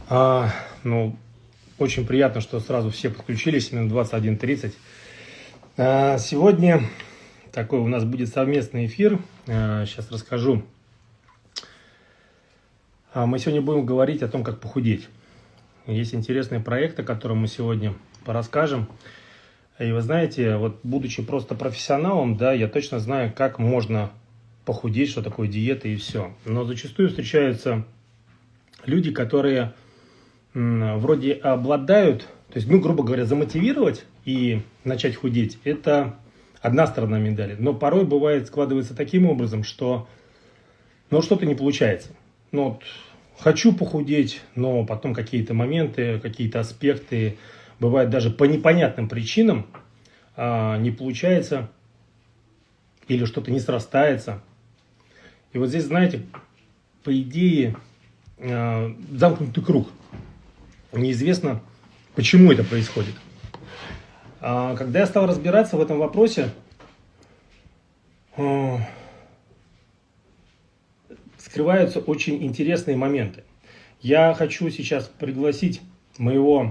А, ну, Очень приятно, что сразу все подключились, именно 21:30. Сегодня такой у нас будет совместный эфир. Сейчас расскажу. Мы сегодня будем говорить о том, как похудеть. Есть интересный проект, о котором мы сегодня порасскажем. И вы знаете, вот будучи просто профессионалом, да, я точно знаю, как можно похудеть, что такое диета и все. Но зачастую встречаются люди, которые вроде обладают, то есть, грубо говоря, замотивировать и начать худеть – это одна сторона медали. Но порой бывает, складывается таким образом, что что-то не получается. Хочу похудеть, но потом какие-то моменты, какие-то аспекты, бывает даже по непонятным причинам не получается или что-то не срастается. И вот здесь, знаете, по идее, замкнутый круг. Неизвестно, почему это происходит. Когда я стал разбираться в этом вопросе, скрываются очень интересные моменты. Я хочу сейчас пригласить моего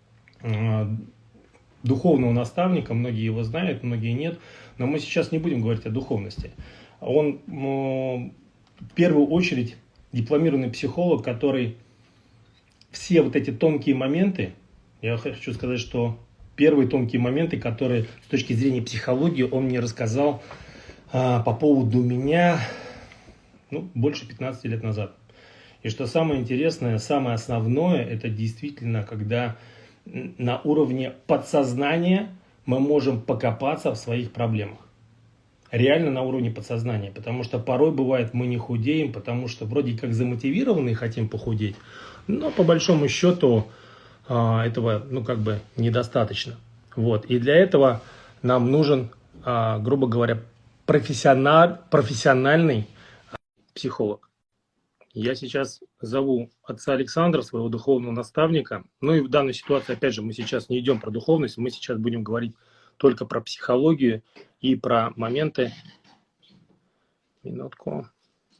духовного наставника, многие его знают, многие нет, но мы сейчас не будем говорить о духовности. Он в первую очередь дипломированный психолог, который все вот эти тонкие моменты, я хочу сказать, что первые тонкие моменты, которые с точки зрения психологии он мне рассказал по поводу меня больше 15 лет назад. И что самое интересное, самое основное, это действительно, когда на уровне подсознания мы можем покопаться в своих проблемах. Реально на уровне подсознания. Потому что порой бывает, мы не худеем, потому что вроде как замотивированы и хотим похудеть, но по большому счету этого недостаточно. И для этого нам нужен, грубо говоря, профессиональный психолог. Я сейчас зову отца Александра, своего духовного наставника. И в данной ситуации, опять же, мы сейчас не идем про духовность, мы сейчас будем говорить только про психологию и про моменты. Минутку.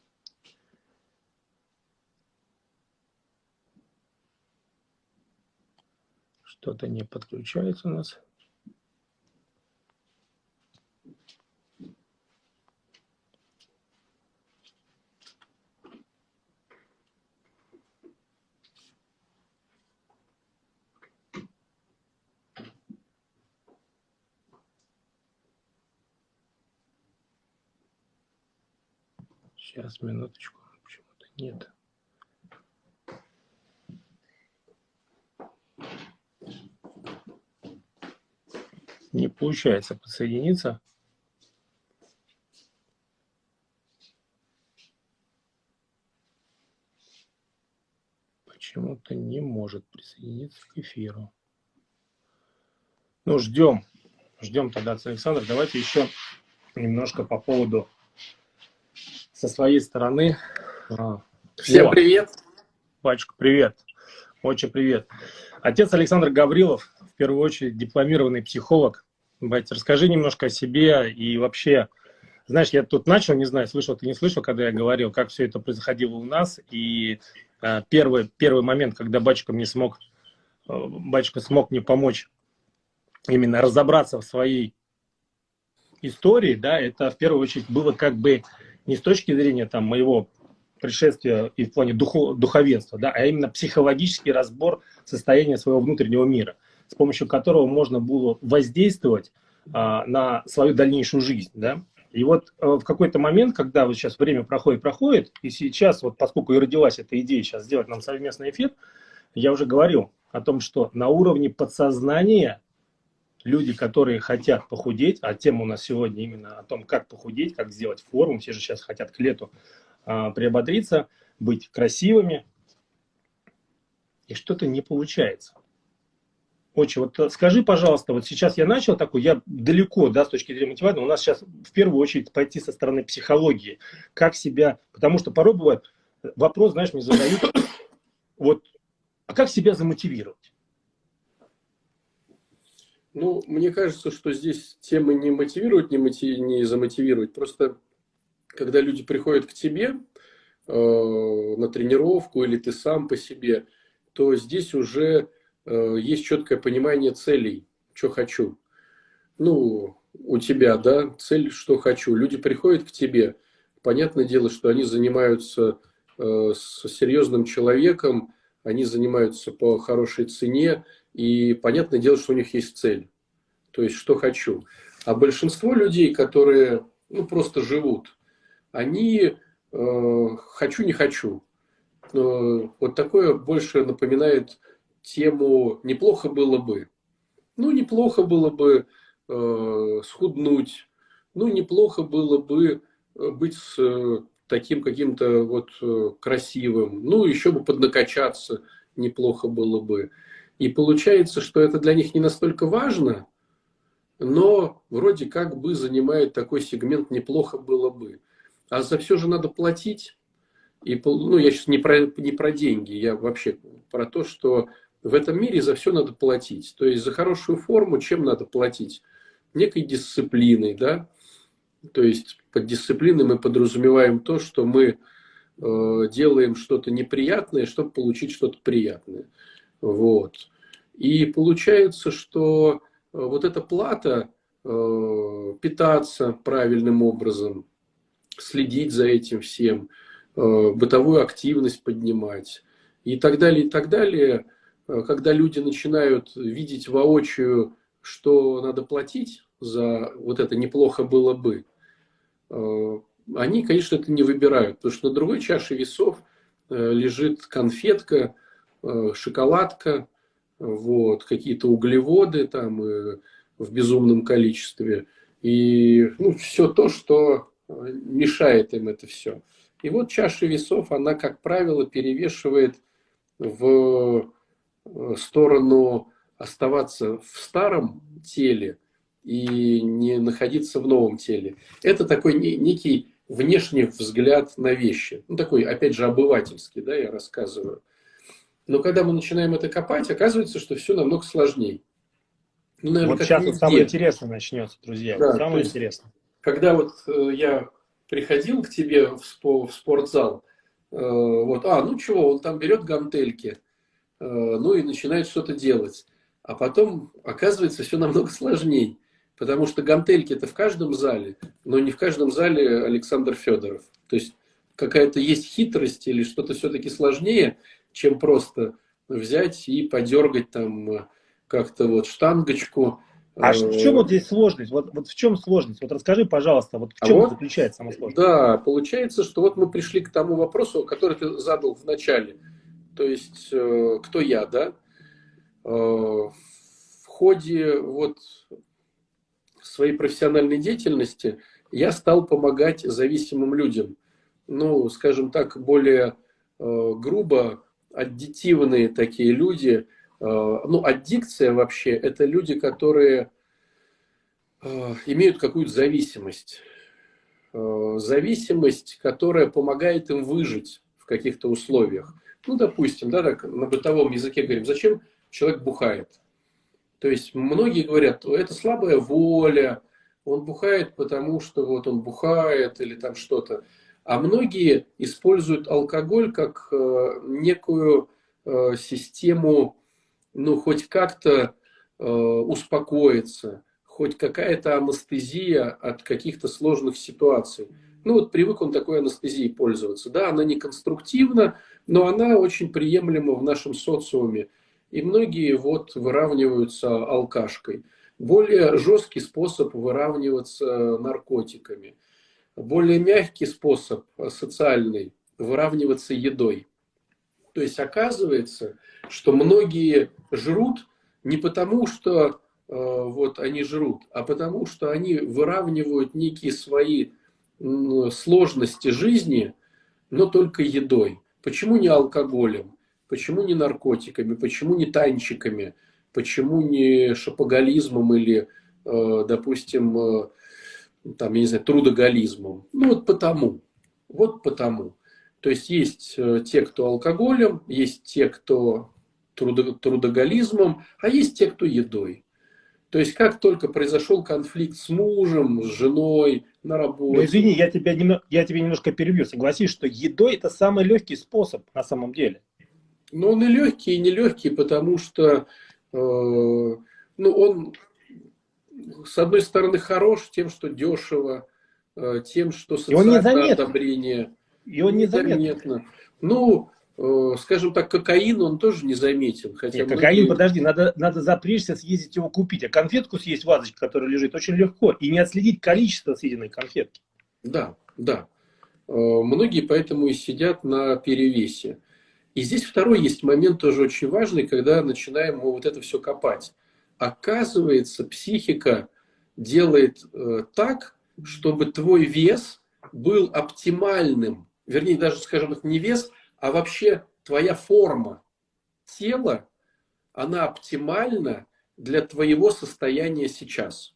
Что-то не подключается у нас. Сейчас, минуточку. Почему-то нет. Не получается подсоединиться. Почему-то не может присоединиться к эфиру. Ждем. Ждем тогда отца Александра. Давайте еще немножко по поводу со своей стороны. Всем привет. Батюшка, привет. Очень привет. Отец Александр Гаврилов, в первую очередь, дипломированный психолог. Батя, расскажи немножко о себе и вообще, знаешь, я тут начал, не знаю, слышал ты, не слышал, когда я говорил, как все это происходило у нас. И первый момент, когда батюшка смог мне помочь именно разобраться в своей истории, да, это в первую очередь было не с точки зрения моего пришествия и в плане духовенства, да, а именно психологический разбор состояния своего внутреннего мира, с помощью которого можно было воздействовать на свою дальнейшую жизнь, да. И в какой-то момент, когда сейчас время проходит, и сейчас, поскольку и родилась эта идея сейчас сделать нам совместный эфир, я уже говорил о том, что на уровне подсознания люди, которые хотят похудеть, а тема у нас сегодня именно о том, как похудеть, как сделать форму, все же сейчас хотят к лету приободриться, быть красивыми, и что-то не получается. Скажи, пожалуйста, сейчас я начал я далеко, да, с точки зрения мотивации, у нас сейчас в первую очередь пойти со стороны психологии, как себя, потому что порой бывает вопрос, знаешь, мне задают, а как себя замотивировать? Мне кажется, что здесь тема не мотивировать, не замотивировать. Просто, когда люди приходят к тебе на тренировку или ты сам по себе, то здесь уже есть четкое понимание целей, что хочу. Ну, у тебя, да, цель, что хочу. Люди приходят к тебе, понятное дело, что они занимаются с серьезным человеком, они занимаются по хорошей цене, и понятное дело, что у них есть цель. То есть, что хочу. А большинство людей, которые ну, просто живут, они хочу, не хочу. Вот такое больше напоминает тему «неплохо было бы». Ну, неплохо было бы схуднуть. Ну, неплохо было бы быть таким каким-то вот красивым. Ну, еще бы поднакачаться неплохо было бы. И получается, что это для них не настолько важно, но вроде как бы занимает такой сегмент «неплохо было бы». А за все же надо платить. И, ну, я сейчас не про деньги, я вообще про то, что в этом мире за все надо платить. То есть за хорошую форму чем надо платить? Некой дисциплиной, да? То есть под дисциплиной мы подразумеваем то, что мы делаем что-то неприятное, чтобы получить что-то приятное. Вот. И получается, что вот эта плата, питаться правильным образом, следить за этим всем, бытовую активность поднимать и так далее, и так далее. Когда люди начинают видеть воочию, что надо платить за вот это неплохо было бы, они, конечно, это не выбирают, потому что на другой чаше весов лежит конфетка, шоколадка, вот, какие-то углеводы там в безумном количестве. И ну, все то, что мешает им это все. И вот чаша весов, она, как правило, перевешивает в сторону оставаться в старом теле и не находиться в новом теле. Это такой некий внешний взгляд на вещи. Ну, такой, опять же, обывательский, да, я рассказываю. Но когда мы начинаем это копать, оказывается, что все намного сложнее. Ну, наверное, вот сейчас вот самое интересное начнется, друзья. Да, самое интересное. Когда вот я приходил к тебе в спортзал, вот, ну чего, он там берет гантельки, ну и начинает что-то делать. А потом, оказывается, все намного сложнее. Потому что гантельки это в каждом зале, но не в каждом зале Александр Федоров. То есть какая-то есть хитрость или что-то все-таки сложнее, чем просто взять и подергать там как-то вот штангочку. А в чем вот здесь сложность? Вот в чем сложность? Вот расскажи, пожалуйста, вот в чем заключается сама сложность? Да, получается, что вот мы пришли к тому вопросу, который ты задал в начале. То есть, кто я, да? В ходе вот своей профессиональной деятельности я стал помогать зависимым людям. Ну, скажем так, более грубо, аддитивные такие люди. Ну, аддикция вообще – это люди, которые имеют какую-то зависимость. Зависимость, которая помогает им выжить в каких-то условиях. Ну, допустим, да, так на бытовом языке говорим, зачем человек бухает? То есть многие говорят, это слабая воля, он бухает, потому что вот он бухает или там что-то. А многие используют алкоголь как некую систему, ну, хоть как-то успокоиться, хоть какая-то анестезия от каких-то сложных ситуаций. Ну, вот привык он такой анестезией пользоваться. Да, она не конструктивна, но она очень приемлема в нашем социуме. И многие вот выравниваются алкашкой. Более жесткий способ выравниваться наркотиками. Более мягкий способ, социальный, выравниваться едой. То есть оказывается, что многие жрут не потому, что вот они жрут, а потому, что они выравнивают некие свои сложности жизни, но только едой. Почему не алкоголем? Почему не наркотиками? Почему не танчиками? Почему не шопоголизмом или, допустим, там, я не знаю, трудоголизмом? Ну вот потому. Вот потому. То есть есть те, кто алкоголем, есть те, кто трудоголизмом, а есть те, кто едой. То есть как только произошел конфликт с мужем, с женой, на работе. Ну, извини, я тебя немножко перебью. Согласись, что едой это самый легкий способ на самом деле. Но он и легкий, и нелегкий, потому что ну, он, с одной стороны, хорош тем, что дешево, тем, что И он социальное незаметный. одобрение И он незаметный. незаметно. Ну, скажем так, кокаин он тоже не заметен, Не, хотя кокаин, многие... подожди, надо запрячься, съездить его купить. А конфетку съесть, вазочка, которая лежит, очень легко. И не отследить количество съеденной конфетки. Да, да. Многие поэтому и сидят на перевесе. И здесь второй есть момент тоже очень важный, когда начинаем мы вот это все копать. Оказывается, психика делает так, чтобы твой вес был оптимальным. Вернее, даже, скажем так, не вес, а вообще твоя форма тела, она оптимальна для твоего состояния сейчас.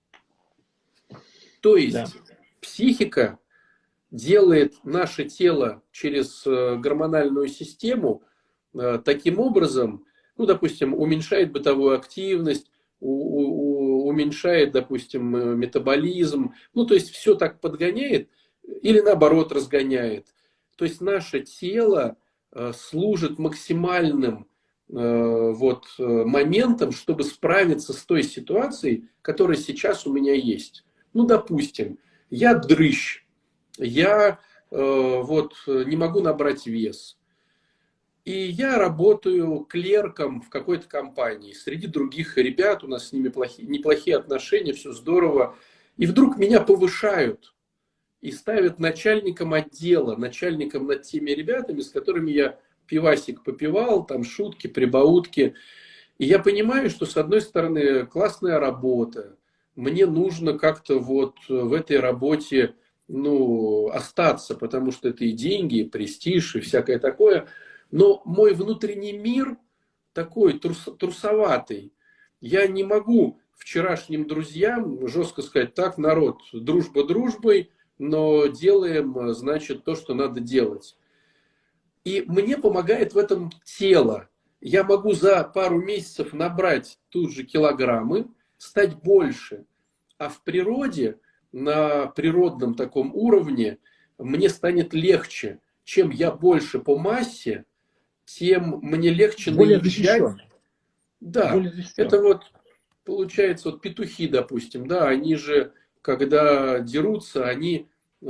То Да. есть психика делает наше тело через гормональную систему таким образом, ну, допустим, уменьшает бытовую активность, уменьшает, допустим, метаболизм, ну, то есть все так подгоняет или наоборот разгоняет. То есть наше тело служит максимальным моментом, чтобы справиться с той ситуацией, которая сейчас у меня есть. Ну, допустим, я дрыщ, я не могу набрать вес. И я работаю клерком в какой-то компании. Среди других ребят у нас с ними неплохие отношения, все здорово. И вдруг меня повышают и ставят начальником отдела, начальником над теми ребятами, с которыми я пивасик попивал, там шутки, прибаутки. И я понимаю, что с одной стороны классная работа, мне нужно как-то вот в этой работе остаться, потому что это и деньги, и престиж, и всякое такое. Но мой внутренний мир такой трусоватый. Я не могу вчерашним друзьям жестко сказать: так, народ, дружба дружбой, но делаем, значит, то, что надо делать. И мне помогает в этом тело. Я могу за пару месяцев набрать тут же килограммы, стать больше. А в природе, на природном таком уровне, мне станет легче. Чем я больше по массе, тем мне легче Более наезжать. защищен. Да, Более защищен. это вот получается, вот петухи, допустим, да, они же, когда дерутся, они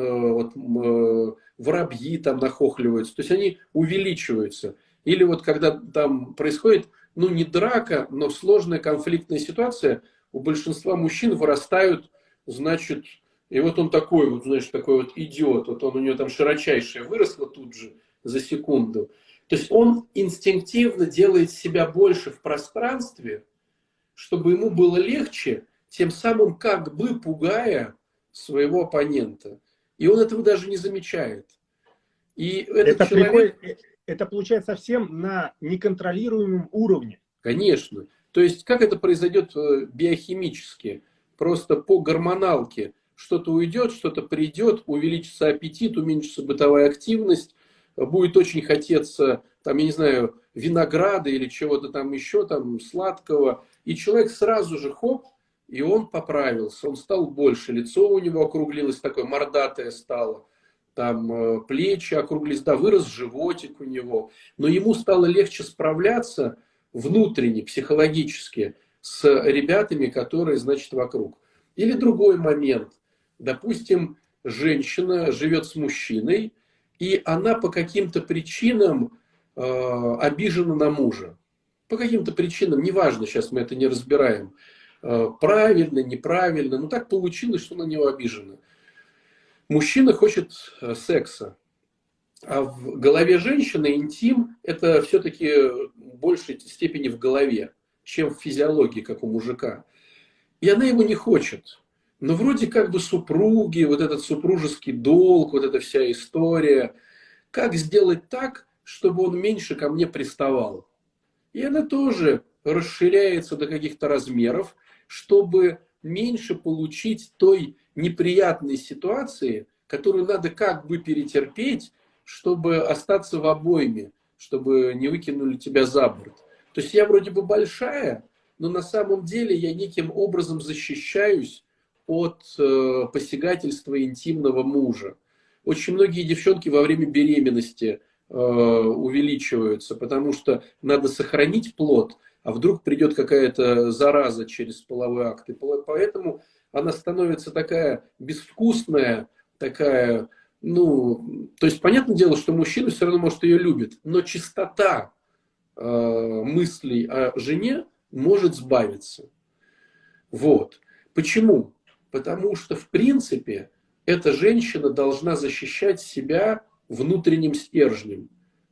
воробьи там нахохливаются, то есть они увеличиваются. Или вот когда там происходит, ну не драка, но сложная конфликтная ситуация, у большинства мужчин вырастают, значит, и вот он такой вот, знаешь, такой вот идиот, вот он у него там широчайшее выросло тут же за секунду. То есть он инстинктивно делает себя больше в пространстве, чтобы ему было легче, тем самым как бы пугая своего оппонента. И он этого даже не замечает. И этот Это человек, приходит, это получается совсем на неконтролируемом уровне. конечно, то есть как это произойдет биохимически, просто по гормоналке что-то уйдет, что-то придет, увеличится аппетит, уменьшится бытовая активность, будет очень хотеться, там, я не знаю, винограда или чего-то там еще, там, сладкого, и человек сразу же, хоп, и он поправился, он стал больше, лицо у него округлилось, такое мордатое стало, там плечи округлились, да, вырос животик у него, но ему стало легче справляться внутренне, психологически, с ребятами, которые, значит, вокруг. Или другой момент. Допустим, женщина живет с мужчиной, и она по каким-то причинам обижена на мужа. По каким-то причинам, неважно, сейчас мы это не разбираем, правильно, неправильно, но так получилось, что на него обижена. Мужчина хочет секса, а в голове женщины интим – это все-таки в большей степени в голове, чем в физиологии, как у мужика. И она его не хочет. Но вроде как бы супруги, вот этот супружеский долг, вот эта вся история. Как сделать так, чтобы он меньше ко мне приставал? И она тоже расширяется до каких-то размеров, чтобы меньше получить той неприятной ситуации, которую надо как бы перетерпеть, чтобы остаться в обойме, чтобы не выкинули тебя за борт. То есть я вроде бы большая, но на самом деле я неким образом защищаюсь от посягательства интимного мужа. Очень многие девчонки во время беременности увеличиваются, потому что надо сохранить плод, а вдруг придет какая-то зараза через половой акт. И поэтому она становится такая безвкусная, такая, ну, то есть, понятное дело, что мужчина все равно, может, ее любит, но чистота мыслей о жене может сбавиться. Вот. Почему? Потому что, в принципе, эта женщина должна защищать себя внутренним стержнем.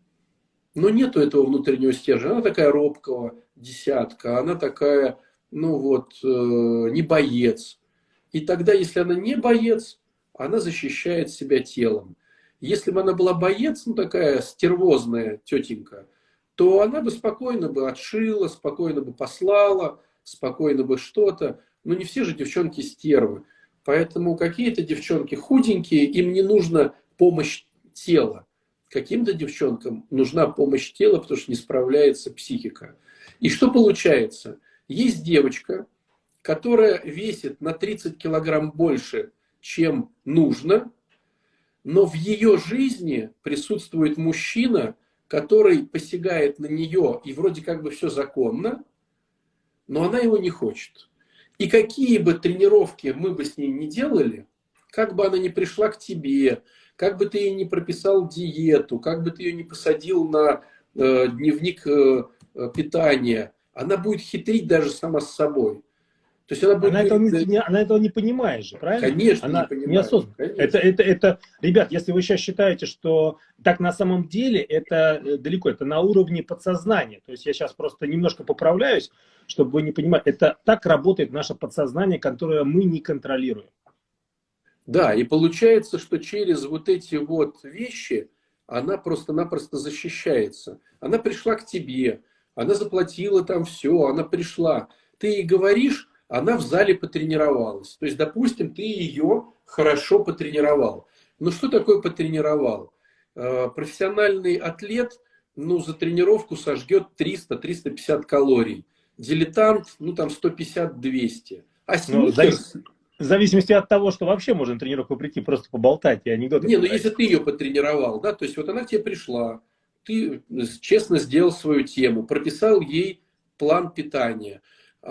Но нету этого внутреннего стержня. Она такая робкого десятка, она такая, ну вот, не боец. И тогда, если она не боец, она защищает себя телом. Если бы она была боец, ну такая стервозная тетенька, то она бы спокойно бы отшила, спокойно бы послала, спокойно бы что-то. Но не все же девчонки стервы. Поэтому какие-то девчонки худенькие, им не нужна помощь тела. Каким-то девчонкам нужна помощь тела, потому что не справляется психика. И что получается? Есть девочка, которая весит на 30 килограмм больше, чем нужно, но в ее жизни присутствует мужчина, который посягает на нее, и вроде как бы все законно, но она его не хочет. И какие бы тренировки мы бы с ней не делали, как бы она ни пришла к тебе, как бы ты ей не прописал диету, как бы ты ее не посадил на дневник питания, она будет хитрить даже сама с собой. То есть она будет говорить, Она этого не понимает же, правильно? конечно, не Она понимает. неосознанно. Ребят, если вы сейчас считаете, что так на самом деле, это далеко, это на уровне подсознания. То есть я сейчас просто немножко поправляюсь, чтобы вы не понимали. Это так работает наше подсознание, которое мы не контролируем. Да, и получается, что через вот эти вот вещи она просто-напросто защищается. Она пришла к тебе, она заплатила там все, она пришла. Ты ей говоришь, она в зале потренировалась. То есть, допустим, ты ее хорошо потренировал. Но что такое потренировал? Профессиональный атлет, ну, за тренировку сожгет 300-350 калорий. Дилетант, ну, там 150-200. А Но сникерс... в зависимости от того, что вообще можно на тренировку прийти, просто поболтать и анекдоты Не, ну почитать. если ты ее потренировал, да, то есть вот она к тебе пришла, ты честно сделал свою тему, прописал ей план питания.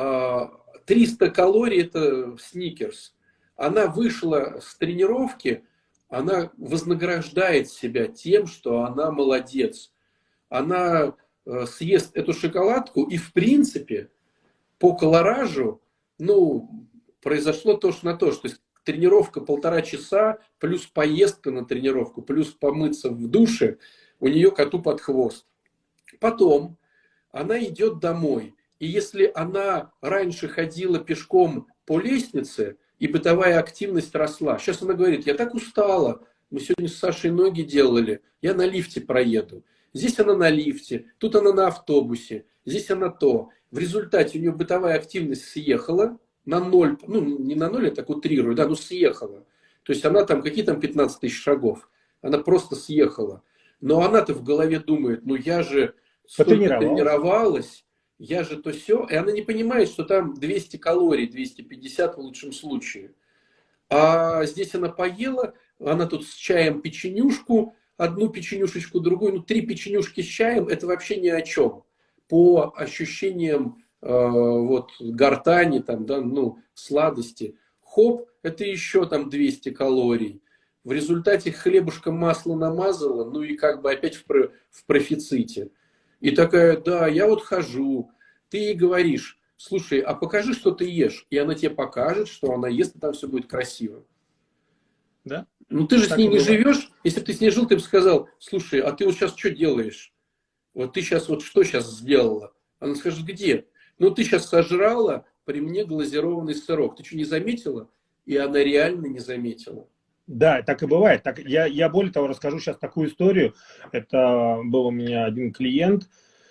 300 калорий это сникерс. Она вышла с тренировки, она вознаграждает себя тем, что она молодец. Она съест эту шоколадку и в принципе по колоражу, ну, произошло то, что на то, что тренировка 1,5 часа, плюс поездка на тренировку, плюс помыться в душе, у нее коту под хвост. Потом она идет домой. И если она раньше ходила пешком по лестнице, и бытовая активность росла, сейчас она говорит, я так устала, мы сегодня с Сашей ноги делали, я на лифте проеду. Здесь она на лифте, тут она на автобусе, здесь она то. В результате у нее бытовая активность съехала на ноль, ну не на ноль, я так утрирую, да, но съехала. То есть она там, какие там 15 тысяч шагов, она просто съехала. Но она-то в голове думает, ну я же столько тренировалась, я же то все, и она не понимает, что там 200 калорий, 250 в лучшем случае. А здесь она поела, она тут с чаем печенюшку, одну печенюшечку, другую, ну 3 печенюшки с чаем, это вообще ни о чем. По ощущениям вот гортани, там, да, ну, сладости. Хоп, это еще там 200 калорий. В результате хлебушком масло намазала, ну и как бы опять в профиците. И такая, да, я вот хожу. Ты ей говоришь, слушай, а покажи, что ты ешь. И она тебе покажет, что она ест, и там все будет красиво. Да? Ну ты же Так с ней не бывает. живешь. Если бы ты с ней жил, ты бы сказал, слушай, а ты вот сейчас что делаешь? Вот ты сейчас вот что сейчас сделала? Она скажет, где? Ну ты сейчас сожрала при мне глазированный сырок. Ты что, не заметила? И она реально не заметила. Да, так и бывает. Так, я более того расскажу сейчас такую историю. Это был у меня один клиент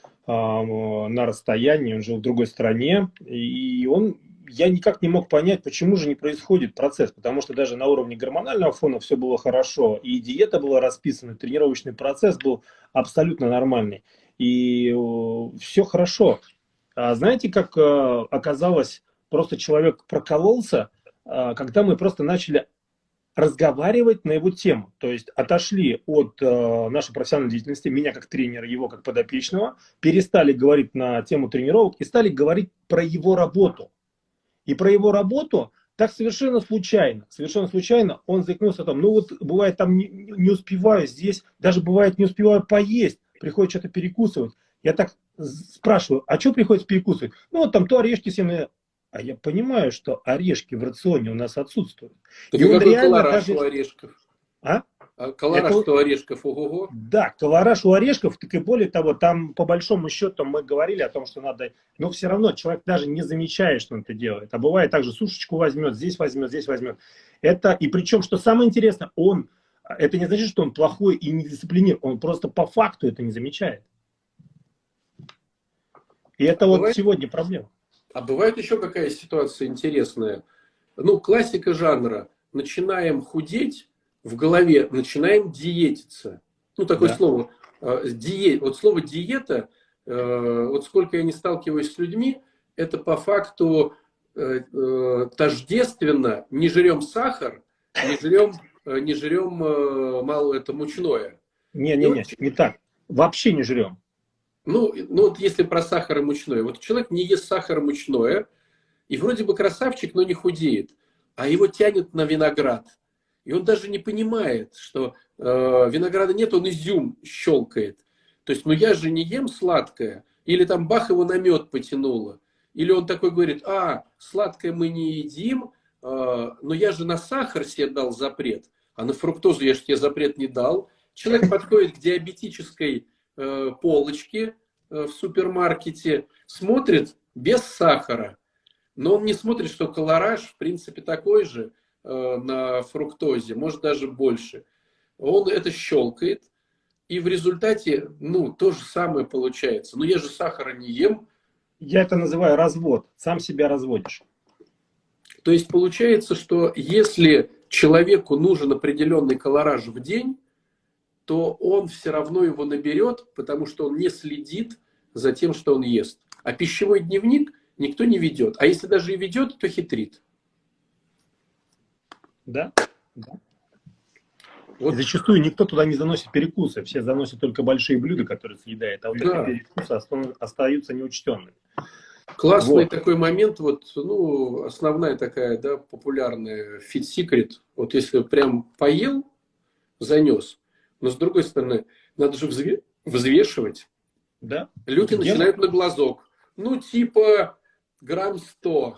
на расстоянии, он жил в другой стране, и я никак не мог понять, почему же не происходит процесс, потому что даже на уровне гормонального фона все было хорошо, и диета была расписана, тренировочный процесс был абсолютно нормальный, и все хорошо. А знаете, как оказалось, просто человек прокололся, когда мы просто начали разговаривать на его тему. То есть отошли от нашей профессиональной деятельности, меня как тренера, его как подопечного, перестали говорить на тему тренировок и стали говорить про его работу. И про его работу так совершенно случайно он заикнулся о том, ну вот бывает там не успеваю здесь, даже бывает не успеваю поесть, приходится что-то перекусывать. Я так спрашиваю, а что приходится перекусывать? Ну вот там то орешки съем. А я понимаю, что орешки в рационе у нас отсутствуют. Так И и он какой реально колораж у даже... орешков? А? А колораж Это... у орешков, ого-го. Да, колораж у орешков, так и более того, там по большому счету мы говорили о том, что надо, но все равно человек даже не замечает, что он это делает. А бывает также сушечку возьмет, здесь возьмет, здесь возьмет. Это, и причем, что самое интересное, это не значит, что он плохой и недисциплинированный, он просто по факту это не замечает. И это вот Бывает, сегодня проблема. а бывает еще какая ситуация интересная. Ну, классика жанра. Начинаем худеть, в голове начинаем диетиться. Ну, такое Да. слово. Вот слово диета, вот сколько я не сталкиваюсь с людьми, это по факту тождественно. Не жрем сахар, не жрем мало это мучное. Не так. Вообще не жрем. Ну, вот если про сахар и мучное. Вот человек не ест сахар и мучное, и вроде бы красавчик, но не худеет. А его тянет на виноград. И он даже не понимает, что винограда нет, он изюм щелкает. То есть, ну я же не ем сладкое. Или там бах, его на мед потянуло. Или он такой говорит, сладкое мы не едим, но я же на сахар себе дал запрет. А на фруктозу я же тебе запрет не дал. Человек подходит к диабетической полочке в супермаркете, смотрит без сахара. Но он не смотрит, что колораж, в принципе, такой же на фруктозе, может даже больше. Он это щелкает, и в результате, ну, то же самое получается. Ну, я же сахара не ем. Я это называю развод. Сам себя разводишь. То есть получается, что если человеку нужен определенный колораж в день, то он все равно его наберет, потому что он не следит за тем, что он ест. А пищевой дневник никто не ведет. А если даже и ведет, то хитрит. Да? Вот. И зачастую никто туда не заносит перекусы. Все заносят только большие блюда, которые съедают. А вот Да. эти перекусы остаются неучтенными. Классный Вот. такой момент, вот, ну, основная такая, да, популярная fit secret. Вот если прям поел, занес, но с другой стороны, надо же взвешивать. Да. Люди начинают на глазок. Ну, типа грамм 100.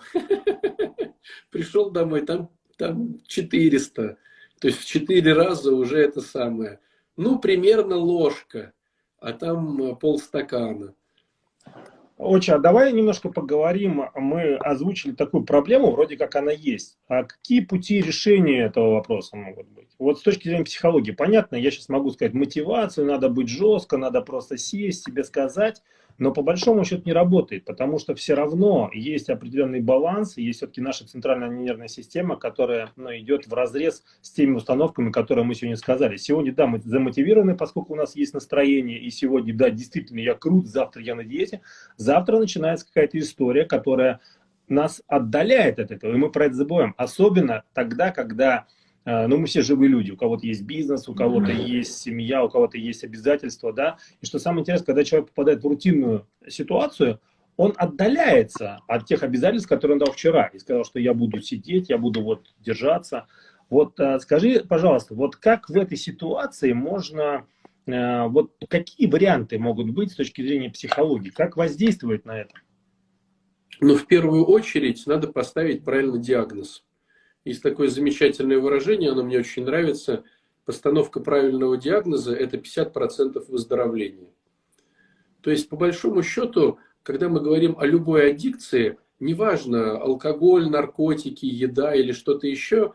Пришел домой, там 400. То есть в 4 раза уже это самое. Ну, примерно ложка, а там полстакана. Отче, а давай немножко поговорим. Мы озвучили такую проблему, вроде как она есть. А какие пути решения этого вопроса могут быть? Вот с точки зрения психологии, понятно, я сейчас могу сказать мотивацию, надо быть жестко, надо просто сесть, себе сказать, но по большому счету не работает, потому что все равно есть определенный баланс, есть все-таки наша центральная нервная система, которая идет в разрез с теми установками, которые мы сегодня сказали. Сегодня, да, мы замотивированы, поскольку у нас есть настроение, и сегодня, да, действительно, я крут, завтра я на диете. Завтра начинается какая-то история, которая нас отдаляет от этого, и мы про это забываем. Особенно тогда, когда, мы все живые люди, у кого-то есть бизнес, у кого-то есть семья, у кого-то есть обязательства, да. И что самое интересное, когда человек попадает в рутинную ситуацию, он отдаляется от тех обязательств, которые он дал вчера, и сказал, что я буду сидеть, я буду вот держаться. Вот скажи, пожалуйста, вот как в этой ситуации можно... Вот какие варианты могут быть с точки зрения психологии? Как воздействовать на это? Ну, в первую очередь, надо поставить правильный диагноз. Есть такое замечательное выражение, оно мне очень нравится. Постановка правильного диагноза – это 50% выздоровления. То есть, по большому счету, когда мы говорим о любой аддикции, неважно, алкоголь, наркотики, еда или что-то еще,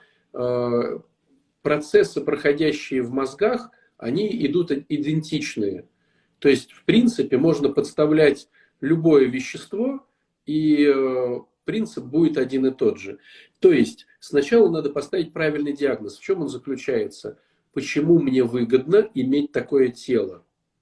процессы, проходящие в мозгах, они идут идентичные. То есть, в принципе, можно подставлять любое вещество, и принцип будет один и тот же. То есть, сначала надо поставить правильный диагноз. В чем он заключается? Почему мне выгодно иметь такое тело?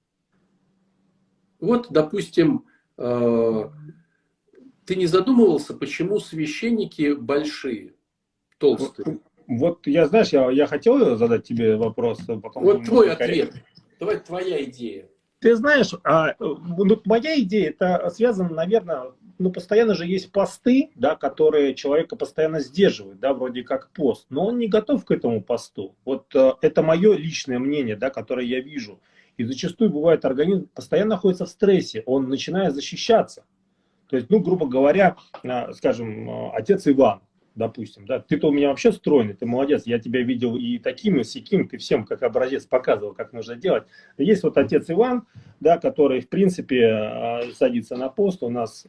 Вот, допустим, ты не задумывался, почему священники большие, толстые? Вот я, знаешь, я хотел задать тебе вопрос, а потом Вот думаю, твой некорректно. ответ. Давай твоя идея. Ты знаешь, ну, моя идея, это связано, наверное, ну, постоянно же есть посты, да, которые человека постоянно сдерживают, да, вроде как пост, но он не готов к этому посту. Вот это мое личное мнение, да, которое я вижу. И зачастую бывает, организм постоянно находится в стрессе, он начинает защищаться. То есть, ну, грубо говоря, скажем, отец Иван, допустим, да, ты-то у меня вообще стройный, ты молодец, я тебя видел и таким, и сяким, ты всем как образец показывал, как нужно делать. Есть вот отец Иван, да, который, в принципе, садится на пост, у нас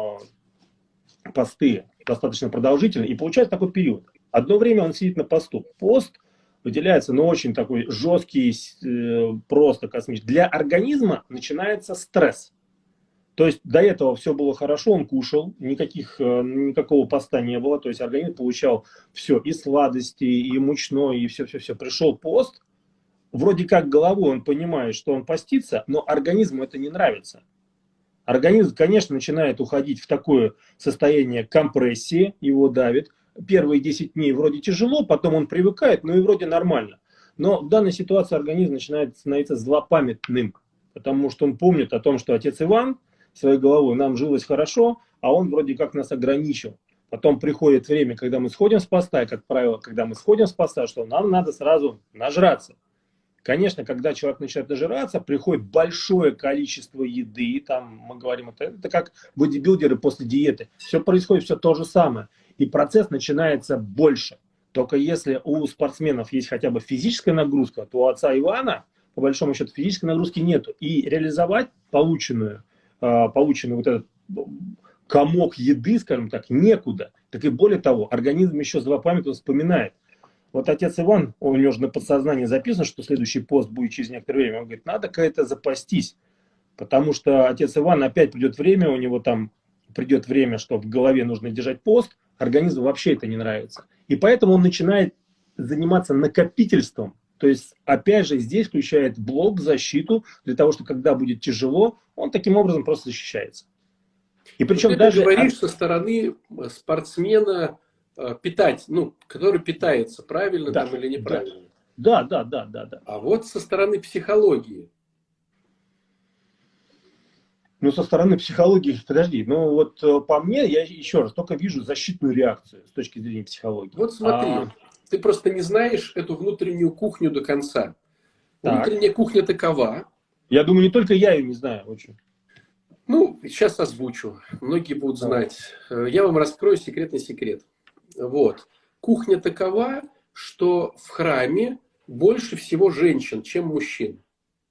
посты достаточно продолжительные, и получается такой период. Одно время он сидит на посту. Пост выделяется, ну, очень такой жесткий, просто космический. Для организма начинается стресс. То есть до этого все было хорошо, он кушал, никакого поста не было, то есть организм получал все, и сладости, и мучное, и все-все-все. Пришел пост, вроде как головой он понимает, что он постится, но организму это не нравится. Организм, конечно, начинает уходить в такое состояние компрессии, его давит. Первые 10 дней вроде тяжело, потом он привыкает, ну и вроде нормально. Но в данной ситуации организм начинает становиться злопамятным, потому что он помнит о том, что отец Иван своей головой нам жилось хорошо, а он вроде как нас ограничил. Потом приходит время, когда мы сходим с поста, и, как правило, когда мы сходим с поста, что нам надо сразу нажраться. Конечно, когда человек начинает нажираться, приходит большое количество еды, там мы говорим, это как бодибилдеры после диеты. Все происходит все то же самое. И процесс начинается больше. Только если у спортсменов есть хотя бы физическая нагрузка, то у отца Ивана, по большому счету, физической нагрузки нету. И реализовать полученный вот этот комок еды, скажем так, некуда. Так и более того, организм еще злопамятно вспоминает. Вот отец Иван, у него же на подсознании записано, что следующий пост будет через некоторое время. Он говорит, надо как-то запастись. Потому что отец Иван, опять придет время, у него там придет время, что в голове нужно держать пост, организму вообще это не нравится. И поэтому он начинает заниматься накопительством. То есть, опять же, здесь включает блок, защиту, для того, что когда будет тяжело, он таким образом просто защищается. И Вот ты причем это даже... говоришь со стороны спортсмена, питать, ну, который питается, правильно Да, там или да, неправильно. да. А вот со стороны психологии. Ну, со стороны психологии, подожди, ну вот по мне, я еще раз только вижу защитную реакцию с точки зрения психологии. Вот смотри, ты просто не знаешь эту внутреннюю кухню до конца. Так, Внутренняя кухня такова. я думаю, не только я ее не знаю очень. Ну, сейчас озвучу. Многие будут Давай. знать. Я вам раскрою секретный секрет. Вот. Кухня такова, что в храме больше всего женщин, чем мужчин.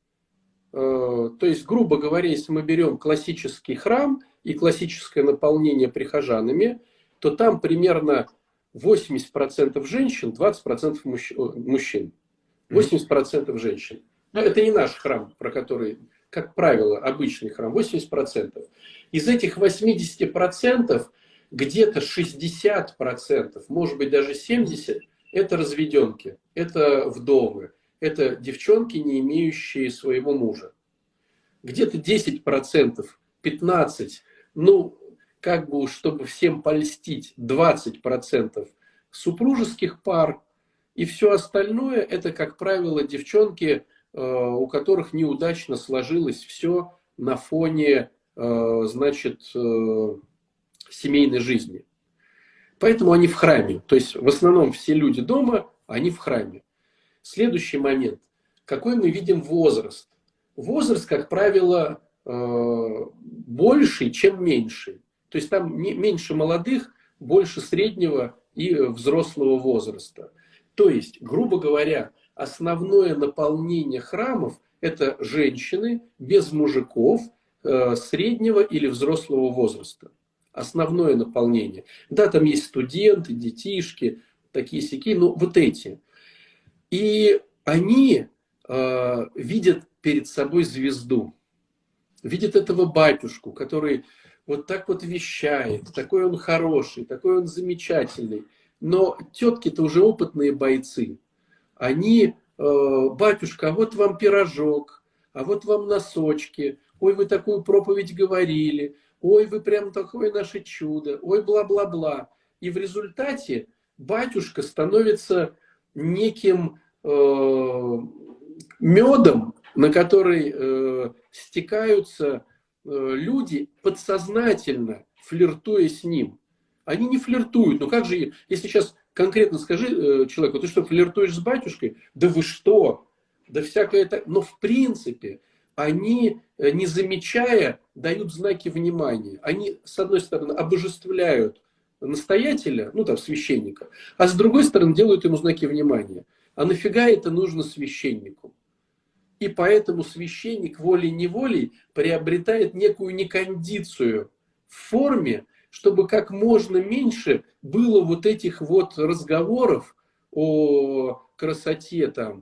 То есть, грубо говоря, если мы берем классический храм и классическое наполнение прихожанами, то там примерно 80% женщин, 20% мужчин. 80% женщин. Но это не наш храм, про который, как правило, обычный храм. 80%. Из этих 80% где-то 60%, может быть даже 70%, это разведенки, это вдовы. Это девчонки, не имеющие своего мужа. Где-то 10%, 15%, ну, как бы, чтобы всем польстить, 20% супружеских пар. И все остальное, это, как правило, девчонки, у которых неудачно сложилось все на фоне, значит, семейной жизни. Поэтому они в храме. То есть, в основном все люди дома, они в храме. Следующий момент. Какой мы видим возраст? Возраст, как правило, больший, чем меньший. То есть там меньше молодых, больше среднего и взрослого возраста. То есть, грубо говоря, основное наполнение храмов – это женщины без мужиков среднего или взрослого возраста. Основное наполнение. Да, там есть студенты, детишки, такие-сякие, но вот эти. И они видят перед собой звезду, видят этого батюшку, который вот так вот вещает, такой он хороший, такой он замечательный. Но тетки-то уже опытные бойцы. Они, батюшка, а вот вам пирожок, а вот вам носочки, ой, вы такую проповедь говорили, ой, вы прям такое наше чудо, ой, бла-бла-бла. И в результате батюшка становится неким медом, на который стекаются люди подсознательно, флиртуя с ним. Они не флиртуют. Ну как же, если сейчас конкретно скажи человеку, ты что, флиртуешь с батюшкой? Да вы что? Да всякое это. Но в принципе они, не замечая, дают знаки внимания. Они, с одной стороны, обожествляют настоятеля, ну там священника, а с другой стороны делают ему знаки внимания. А нафига это нужно священнику? И поэтому священник волей-неволей приобретает некую некондицию в форме, чтобы как можно меньше было вот этих вот разговоров о красоте, там,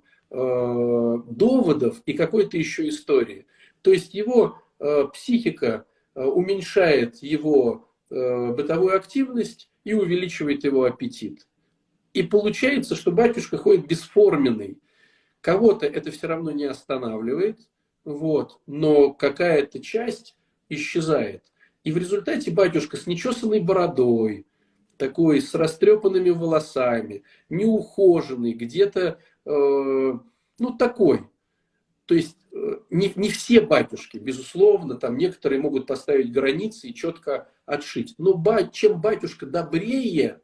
доводов и какой-то еще истории. То есть его психика уменьшает его бытовую активность и увеличивает его аппетит. И получается, что батюшка ходит бесформенный. Кого-то это все равно не останавливает, вот, но какая-то часть исчезает. И в результате батюшка с нечесанной бородой, такой с растрепанными волосами, неухоженный, где-то, ну, такой. То есть не все батюшки, безусловно, там некоторые могут поставить границы и четко отшить. Но чем батюшка добрее,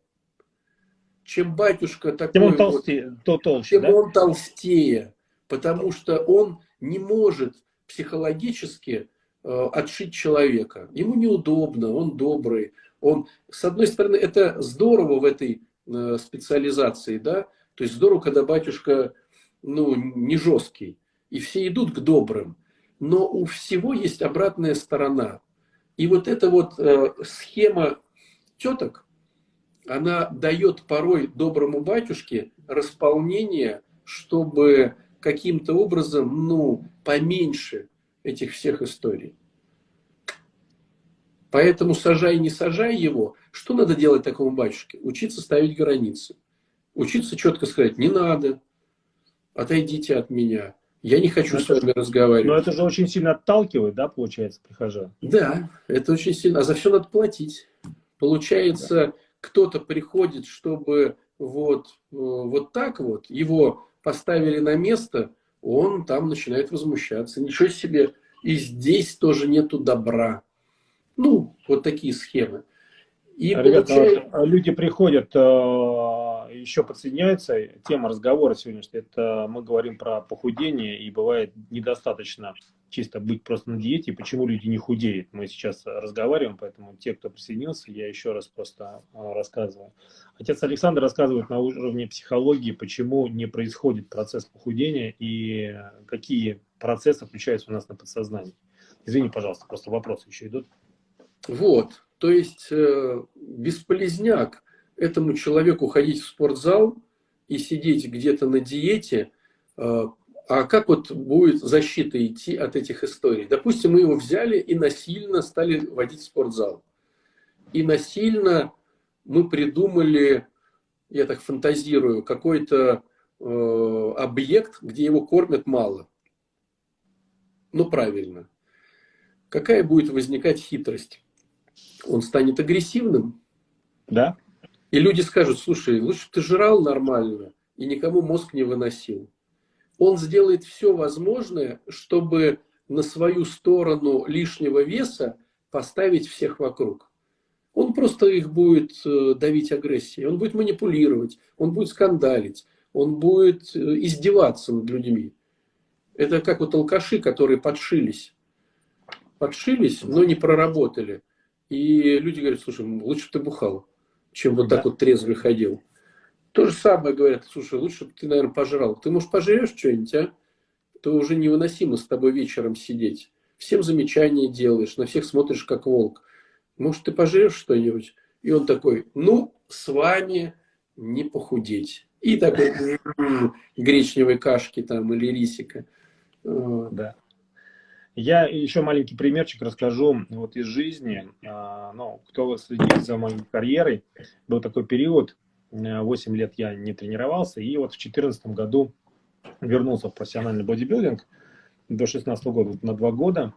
чем батюшка Тем он такой вот, толстее, то толще, тем да? он толстее, потому что он не может психологически отшить человека. Ему неудобно, он добрый. Он, с одной стороны, это здорово в этой специализации, да, то есть здорово, когда батюшка, ну, не жесткий, и все идут к добрым. Но у всего есть обратная сторона. И вот эта вот схема теток, она дает порой доброму батюшке располнение, чтобы каким-то образом, ну, поменьше этих всех историй. Поэтому сажай, не сажай его. Что надо делать такому батюшке? Учиться ставить границы. Учиться четко сказать, не надо, отойдите от меня. Я не хочу с вами Но разговаривать. это же очень сильно отталкивает, да, получается, прихожан? Да, это очень сильно. А за все надо платить. Да. Получается, кто-то приходит, чтобы вот так вот, его поставили на место, он там начинает возмущаться. Ничего себе, и здесь тоже нету добра. Ну, вот такие схемы. И Ребят, получается, люди приходят, еще подсоединяются. Тема разговора сегодняшняя, это мы говорим про похудение, и бывает недостаточно чисто быть просто на диете. Почему люди не худеют? Мы сейчас разговариваем, поэтому те, кто присоединился, я еще раз просто рассказываю. Отец Александр рассказывает на уровне психологии, почему не происходит процесс похудения и какие процессы включаются у нас на подсознании. Извини, пожалуйста, просто вопросы еще идут. вот, то есть бесполезняк этому человеку ходить в спортзал и сидеть где-то на диете. А как вот будет защита идти от этих историй? Допустим, мы его взяли и насильно стали водить в спортзал. И насильно мы придумали, я так фантазирую, какой-то объект, где его кормят мало. Ну, правильно. Какая будет возникать хитрость? Он станет агрессивным. Да? И люди скажут, слушай, лучше бы ты жрал нормально и никому мозг не выносил. Он сделает все возможное, чтобы на свою сторону лишнего веса поставить всех вокруг. Он просто их будет давить агрессией, он будет манипулировать, он будет скандалить, он будет издеваться над людьми. Это как вот алкаши, которые подшились, но не проработали. И люди говорят, слушай, лучше бы ты бухал, чем вот так Да. вот трезвый ходил. То же самое говорят, слушай, лучше бы ты, наверное, пожрал. Ты, может, пожрешь что-нибудь, а? То уже невыносимо с тобой вечером сидеть. Всем замечания делаешь, на всех смотришь как волк. Может, ты пожрешь что-нибудь? И он такой, ну, с вами не похудеть. И такой гречневой кашки там или рисика. Да. Я еще маленький примерчик расскажу вот из жизни. Ну, кто следит за моей карьерой, был такой период, 8 лет я не тренировался, и вот в 2014 году вернулся в профессиональный бодибилдинг до 2016 года, на 2 года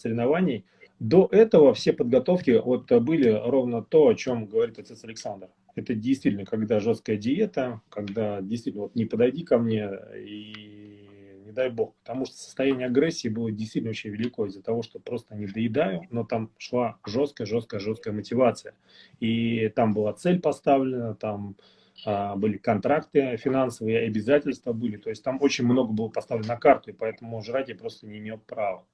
соревнований. До этого все подготовки вот были ровно то, о чем говорит отец Александр. Это действительно, когда жесткая диета, когда действительно вот не подойди ко мне и не дай бог. Потому что состояние агрессии было действительно очень велико из-за того, что просто не доедаю, но там шла жесткая мотивация. И там была цель поставлена, там были контракты финансовые, обязательства были. То есть там очень много было поставлено на карту, и поэтому жрать я просто не имел права.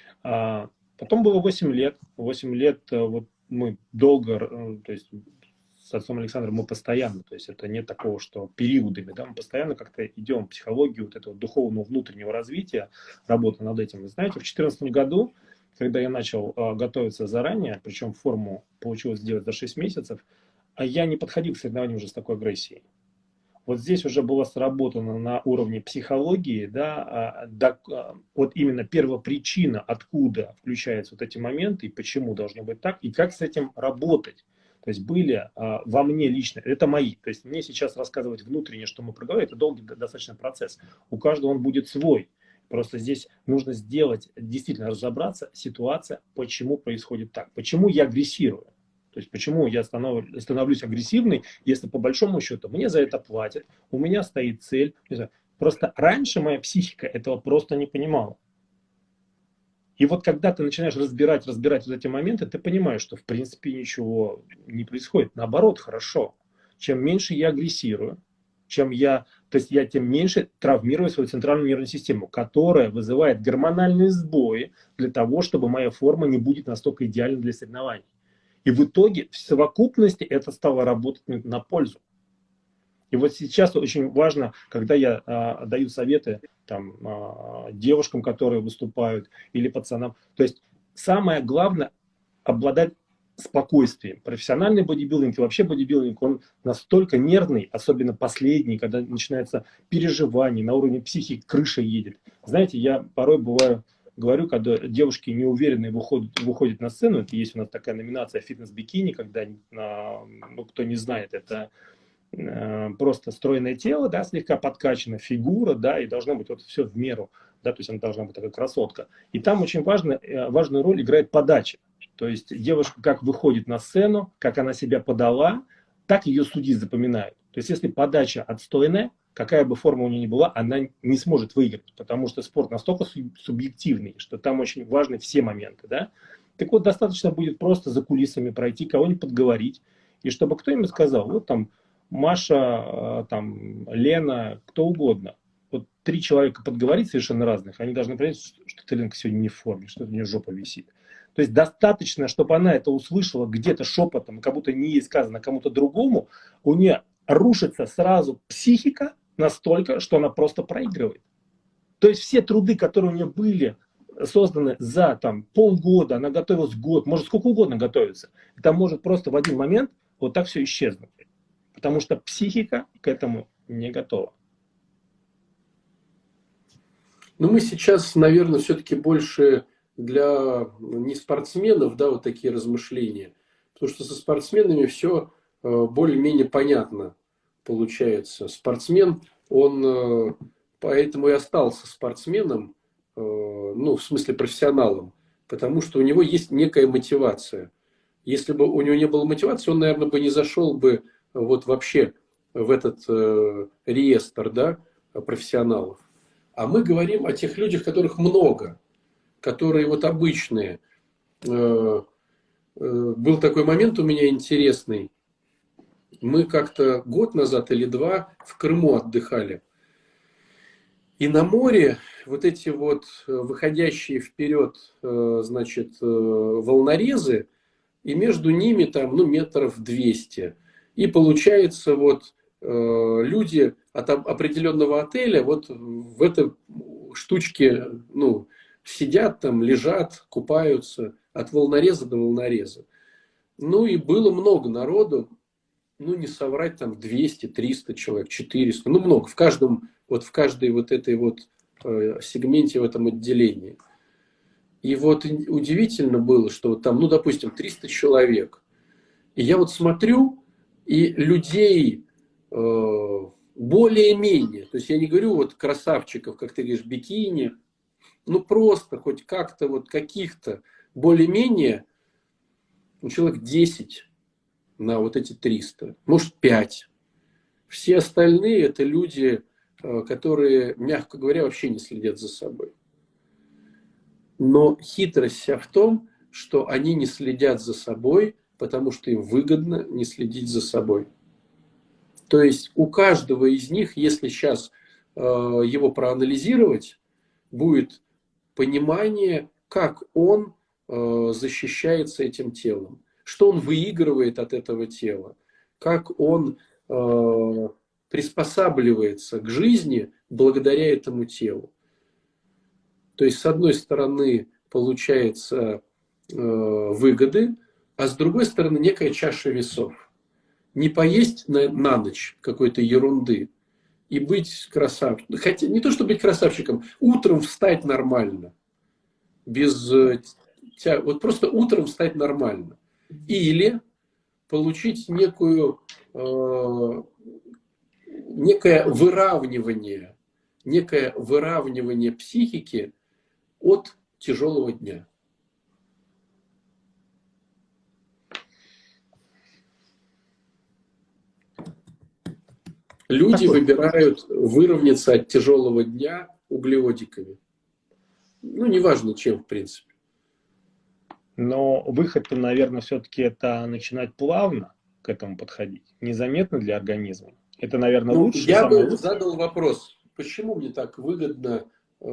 Потом было 8 лет. 8 лет вот мы долго, то есть с отцом Александром мы постоянно, то есть это нет такого, что периодами, да, мы постоянно как-то идем в психологию вот этого духовного внутреннего развития, работы над этим. Вы знаете, в 2014 году, когда я начал готовиться заранее, причем форму получилось сделать за 6 месяцев, я не подходил к соревнованиям уже с такой агрессией. Вот здесь уже было сработано на уровне психологии, да, вот именно первопричина, откуда включаются вот эти моменты, и почему должно быть так, и как с этим работать. То есть были во мне лично, это мои, то есть мне сейчас рассказывать внутренне, что мы проговорили, это долгий достаточно процесс. У каждого он будет свой. Просто здесь нужно сделать, действительно разобраться, ситуация, почему происходит так, почему я агрессирую. То есть почему я становлюсь агрессивной, если по большому счету мне за это платят, у меня стоит цель. Просто раньше моя психика этого просто не понимала. И вот когда ты начинаешь разбирать вот эти моменты, ты понимаешь, что в принципе ничего не происходит. Наоборот, хорошо. Чем меньше я агрессирую, тем меньше травмирую свою центральную нервную систему, которая вызывает гормональные сбои для того, чтобы моя форма не будет настолько идеальна для соревнований. И в итоге в совокупности это стало работать на пользу. И вот сейчас очень важно, когда я даю советы там, девушкам, которые выступают, или пацанам. То есть самое главное обладать спокойствием. Профессиональный бодибилдинг и вообще бодибилдинг, он настолько нервный, особенно последний, когда начинается переживание, на уровне психики крыша едет. Знаете, я порой бываю, говорю, когда девушки неуверенные выходят на сцену, это есть у нас такая номинация «Фитнес-бикини», когда, ну, кто не знает, это просто стройное тело, да, слегка подкачана фигура, да, и должно быть вот все в меру, да, то есть она должна быть такая красотка. И там очень важную роль играет подача. То есть девушка как выходит на сцену, как она себя подала, так ее судьи запоминают. То есть если подача отстойная, какая бы форма у нее ни была, она не сможет выиграть, потому что спорт настолько субъективный, что там очень важны все моменты, да. Так вот, достаточно будет просто за кулисами пройти, кого-нибудь подговорить, и чтобы кто-нибудь сказал, вот там Маша, там, Лена, кто угодно. Вот 3 человека подговорить совершенно разных, они должны понять, что ты, Ленка, сегодня не в форме, что у нее жопа висит. То есть достаточно, чтобы она это услышала где-то шепотом, как будто не ей сказано, а кому-то другому, у нее рушится сразу психика настолько, что она просто проигрывает. То есть все труды, которые у нее были созданы за там, полгода, она готовилась год, может сколько угодно готовиться, это может просто в один момент вот так все исчезнуть. Потому что психика к этому не готова. Но мы сейчас, наверное, все-таки больше для не спортсменов, да, вот такие размышления. Потому что со спортсменами все более-менее понятно получается. Спортсмен, он поэтому и остался спортсменом, ну, в смысле профессионалом, потому что у него есть некая мотивация. Если бы у него не было мотивации, он, наверное, бы не зашел бы вот вообще в этот реестр, да, профессионалов. А мы говорим о тех людях, которых много, которые вот обычные. Был такой момент у меня интересный. Мы как-то год назад или 2 в Крыму отдыхали. И на море вот эти вот выходящие вперед, значит, волнорезы, и между ними там, ну, метров 200. И получается, вот люди от определенного отеля вот в этой штучке, ну, сидят там, лежат, купаются от волнореза до волнореза. Ну и было много народу, ну не соврать, там 200, 300 человек, 400, ну много, в каждом, вот в каждой вот этой вот сегменте в этом отделении. И вот удивительно было, что вот там, ну допустим, 300 человек. И я вот смотрю, и людей более-менее, то есть я не говорю вот красавчиков, как ты говоришь, бикини, ну просто хоть как-то вот каких-то более-менее, ну, человек 10, на вот эти 300, может 5. Все остальные это люди, которые, мягко говоря, вообще не следят за собой. Но хитрость вся в том, что они не следят за собой, потому что им выгодно не следить за собой. То есть у каждого из них, если сейчас его проанализировать, будет понимание, как он защищается этим телом, что он выигрывает от этого тела, как он приспосабливается к жизни благодаря этому телу. То есть, с одной стороны, получается выгоды, а с другой стороны, некая чаша весов. Не поесть на ночь какой-то ерунды и быть красавчиком. Хотя не то, чтобы быть красавчиком, утром встать нормально. Вот просто утром встать нормально. Или получить некое выравнивание психики от тяжелого дня. Люди выбирают выровняться от тяжелого дня углеводиками. Ну, неважно чем, в принципе. Но выход-то, наверное, все-таки это начинать плавно к этому подходить. Незаметно для организма. Это, наверное, лучше. Я бы задал вопрос, почему мне так выгодно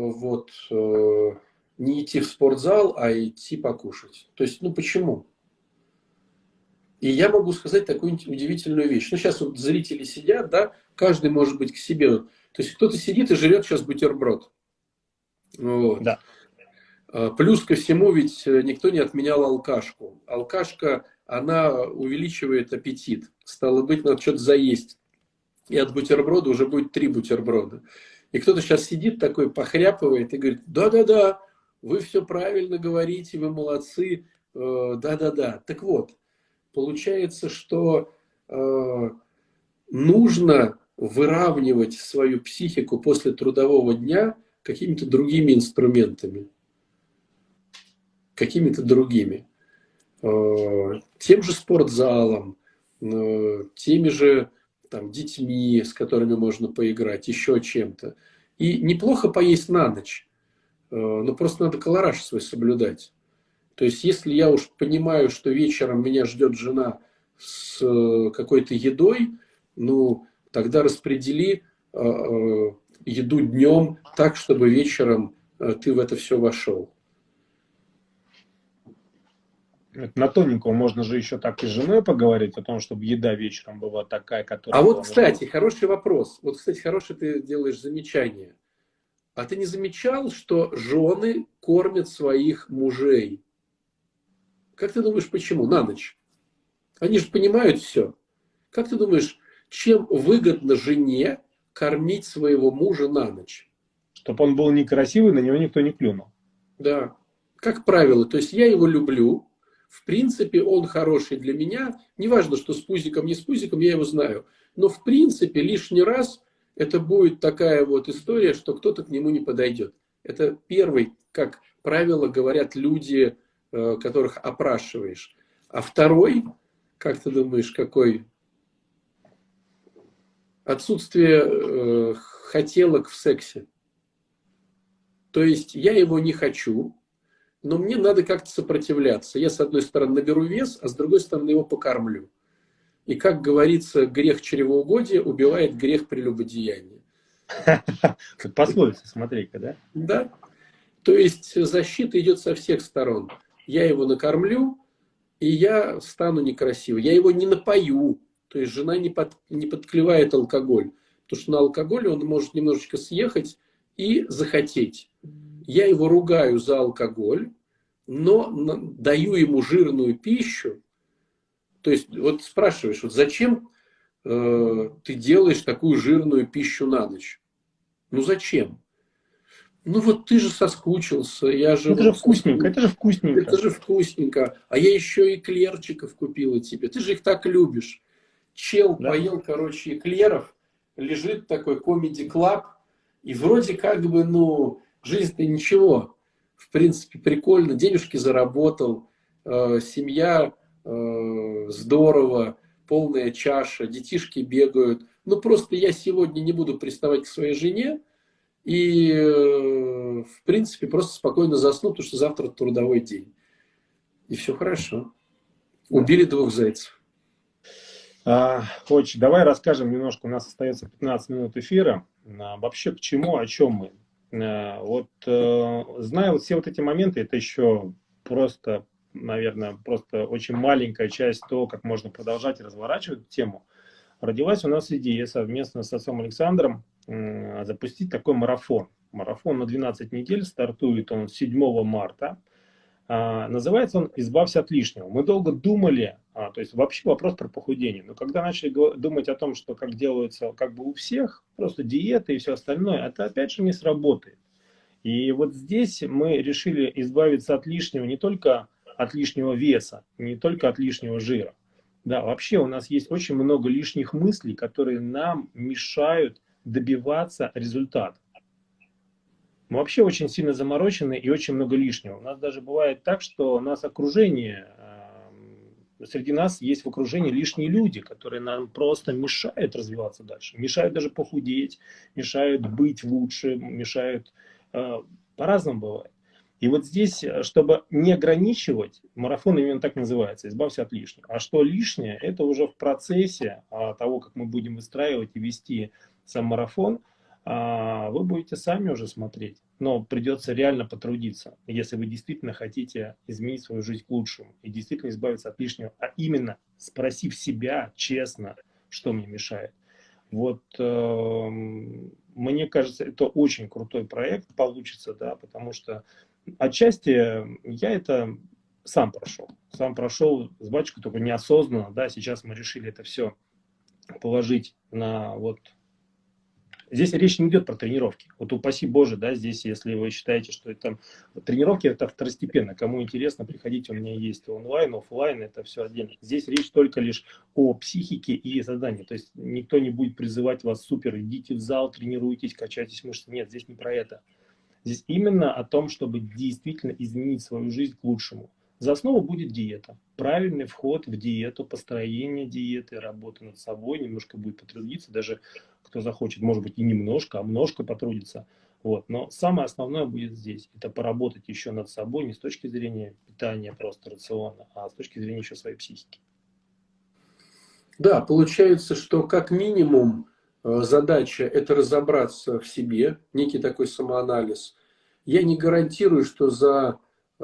не идти в спортзал, а идти покушать? То есть, почему? И я могу сказать такую удивительную вещь. Сейчас вот зрители сидят, да, каждый может быть к себе. То есть кто-то сидит и жрет сейчас бутерброд. Вот. Да. Плюс ко всему, ведь никто не отменял алкашку. Алкашка, она увеличивает аппетит. Стало быть, надо что-то заесть. И от бутерброда уже будет 3 бутерброда. И кто-то сейчас сидит такой, похряпывает и говорит: да-да-да, вы все правильно говорите, вы молодцы, да-да-да. Так вот, получается, что нужно выравнивать свою психику после трудового дня какими-то другими инструментами. Какими-то другими. Тем же спортзалом, теми же детьми, с которыми можно поиграть, еще чем-то. И неплохо поесть на ночь, но просто надо колораж свой соблюдать. То есть, если я уж понимаю, что вечером меня ждет жена с какой-то едой, тогда распредели еду днем так, чтобы вечером ты в это все вошел. На тоненького можно же еще так и с женой поговорить о том, чтобы еда вечером была такая, которая... А вот, кстати, хороший вопрос. Вот, кстати, хорошее ты делаешь замечание. А ты не замечал, что жены кормят своих мужей? Как ты думаешь, почему? На ночь. Они же понимают все. Как ты думаешь, чем выгодно жене кормить своего мужа на ночь? Чтобы он был некрасивый, на него никто не плюнул. Да. Как правило. То есть я его люблю. В принципе, он хороший для меня. Неважно, что с пузиком, не с пузиком, я его знаю. Но в принципе лишний раз это будет такая вот история, что кто-то к нему не подойдет. Это первый, как правило, говорят люди, которых опрашиваешь. А второй, как ты думаешь, какой? Отсутствие хотелок в сексе. То есть я его не хочу, но мне надо как-то сопротивляться. Я, с одной стороны, наберу вес, а с другой стороны, его покормлю. И, как говорится, грех чревоугодия убивает грех прелюбодеяния. Пословица, смотри-ка, да? Да. То есть защита идет со всех сторон. Я его накормлю, и я стану некрасивой. Я его не напою. То есть жена не подклевает алкоголь. Потому что на алкоголе он может немножечко съехать и захотеть. Я его ругаю за алкоголь, но даю ему жирную пищу. То есть, вот спрашиваешь, вот зачем ты делаешь такую жирную пищу на ночь? Зачем? Вот ты же соскучился. Это же вкусненько, это же вкусненько. Это же вкусненько. А я еще эклерчиков купила тебе. Ты же их так любишь. Чел поел, эклеров, лежит такой Comedy Club, и вроде как бы, жизнь-то ничего. В принципе, прикольно. Денежки заработал, семья здорово, полная чаша, детишки бегают. Ну, просто я сегодня не буду приставать к своей жене и, в принципе, просто спокойно засну, потому что завтра трудовой день. И все хорошо. Убили двух зайцев. Коч, давай расскажем немножко, у нас остается 15 минут эфира. Вообще к чему, о чем мы? Зная вот все вот эти моменты, это еще просто, наверное, просто очень маленькая часть того, как можно продолжать разворачивать эту тему. Родилась у нас идея совместно с отцом Александром запустить такой марафон. Марафон на 12 недель, стартует он 7 марта. Называется он «Избавься от лишнего». Мы долго думали, то есть вообще вопрос про похудение, но когда начали думать о том, что как делается как бы у всех, просто диета и все остальное, это опять же не сработает. И вот здесь мы решили избавиться от лишнего, не только от лишнего веса, не только от лишнего жира. Да, вообще у нас есть очень много лишних мыслей, которые нам мешают добиваться результата. Мы вообще очень сильно заморочены и очень много лишнего. У нас даже бывает так, что у нас окружение, среди нас есть в окружении лишние люди, которые нам просто мешают развиваться дальше, мешают даже похудеть, мешают быть лучше, мешают, по-разному бывает. И вот здесь, чтобы не ограничивать, марафон именно так называется, избавься от лишнего. А что лишнее, это уже в процессе того, как мы будем выстраивать и вести сам марафон, вы будете сами уже смотреть. Но придется реально потрудиться, если вы действительно хотите изменить свою жизнь к лучшему и действительно избавиться от лишнего, а именно спросив себя честно, что мне мешает. Вот мне кажется, это очень крутой проект получится, да, потому что отчасти я это сам прошел с батюшкой, только неосознанно, да, сейчас мы решили это все положить на вот. Здесь речь не идет про тренировки. Вот упаси Боже, да, здесь, если вы считаете, что это тренировки, это второстепенно. Кому интересно, приходите, у меня есть онлайн, офлайн, это все отдельно. Здесь речь только лишь о психике и задании. То есть никто не будет призывать вас супер, идите в зал, тренируйтесь, качайтесь мышцы. Нет, здесь не про это. Здесь именно о том, чтобы действительно изменить свою жизнь к лучшему. За основу будет диета. Правильный вход в диету, построение диеты, работа над собой, немножко будет потрудиться, даже кто захочет, может быть, и немножко, а множко потрудиться. Вот. Но самое основное будет здесь. Это поработать еще над собой не с точки зрения питания просто рациона, а с точки зрения еще своей психики. Да, получается, что как минимум задача – это разобраться в себе, некий такой самоанализ. Я не гарантирую, что за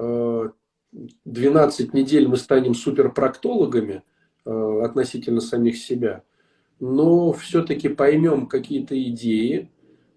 12 недель мы станем суперпроктологами относительно самих себя, но все-таки поймем какие-то идеи,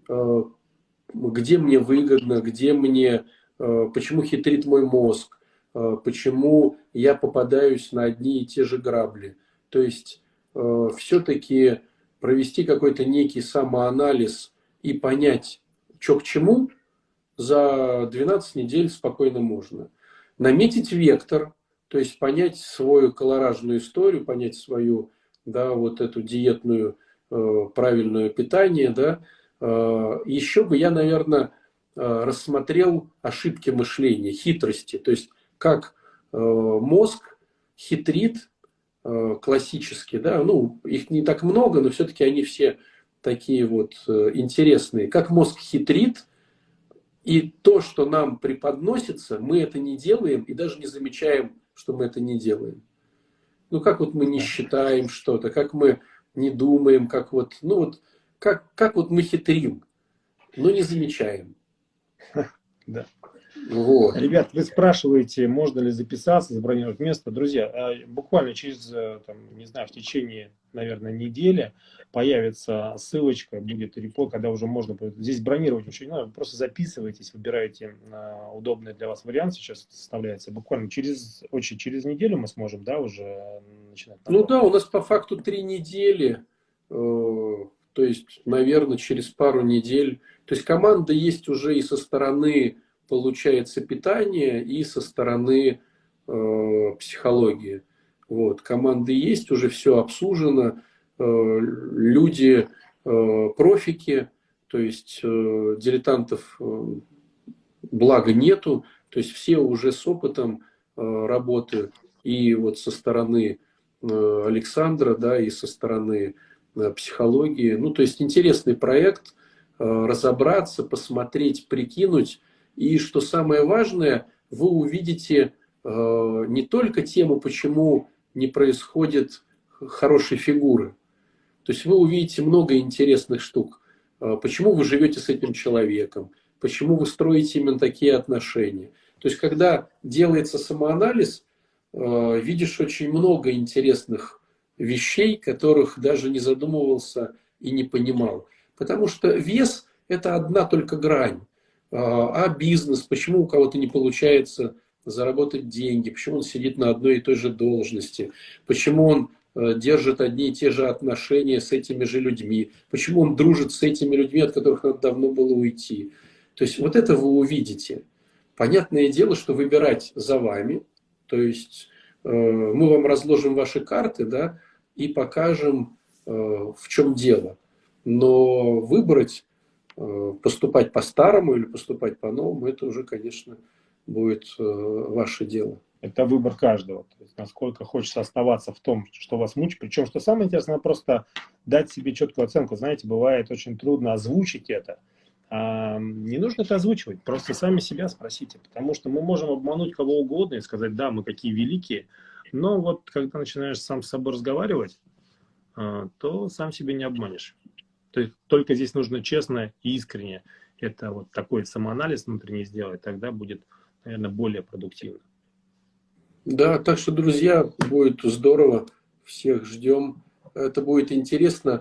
где мне выгодно, где мне, почему хитрит мой мозг, почему я попадаюсь на одни и те же грабли. То есть все-таки провести какой-то некий самоанализ и понять, что к чему, за 12 недель спокойно можно. Наметить вектор, то есть понять свою колоражную историю, понять свою, да, вот эту диетную правильное питание, да. Еще бы я, наверное, рассмотрел ошибки мышления, хитрости, то есть как мозг хитрит классически, да, ну, их не так много, но все-таки они все такие вот интересные. Как мозг хитрит, и то, что нам преподносится, мы это не делаем и даже не замечаем, что мы это не делаем. Ну, как вот мы не считаем что-то, как мы не думаем, как вот, ну вот, как вот мы хитрим, но не замечаем. Да. Вот. Ребят, вы спрашиваете, можно ли записаться, забронировать место. Друзья, буквально через, там, не знаю, в течение, наверное, недели появится ссылочка, будет репорт, когда уже можно будет. Здесь бронировать ничего не надо, вы просто записывайтесь, выбираете удобный для вас вариант, сейчас составляется. Буквально через неделю мы сможем, да, уже начинать. Ну да, у нас по факту 3 недели, то есть, наверное, через пару недель. То есть команда есть уже и со стороны, получается, питания, и со стороны психологии. Вот, команды есть, уже все обсужено, люди профики, то есть дилетантов благо нету, то есть все уже с опытом работы. и вот со стороны Александра, да, и со стороны психологии. Ну, то есть интересный проект, разобраться, посмотреть, прикинуть. И что самое важное, вы увидите не только тему, почему не происходит хорошей фигуры. То есть вы увидите много интересных штук. Почему вы живете с этим человеком, почему вы строите именно такие отношения. То есть когда делается самоанализ, видишь очень много интересных вещей, которых даже не задумывался и не понимал. Потому что вес – это одна только грань. А бизнес, почему у кого-то не получается заработать деньги, почему он сидит на одной и той же должности, почему он держит одни и те же отношения с этими же людьми, почему он дружит с этими людьми, от которых надо давно было уйти. То есть вот это вы увидите. Понятное дело, что выбирать за вами, то есть мы вам разложим ваши карты, да, и покажем, в чем дело. Но выбрать, поступать по-старому или поступать по-новому, это уже, конечно, будет ваше дело. Это выбор каждого. То есть, насколько хочется оставаться в том, что вас мучит. Причем, что самое интересное, просто дать себе четкую оценку. Знаете, бывает очень трудно озвучить это. Не нужно это озвучивать. Просто сами себя спросите. Потому что мы можем обмануть кого угодно и сказать, да, мы какие великие. Но вот когда начинаешь сам с собой разговаривать, то сам себя не обманешь. То есть только здесь нужно честно и искренне это вот такой самоанализ внутренний сделать. Тогда будет, наверное, более продуктивно. Да, так что, друзья, будет здорово, всех ждем. Это будет интересно.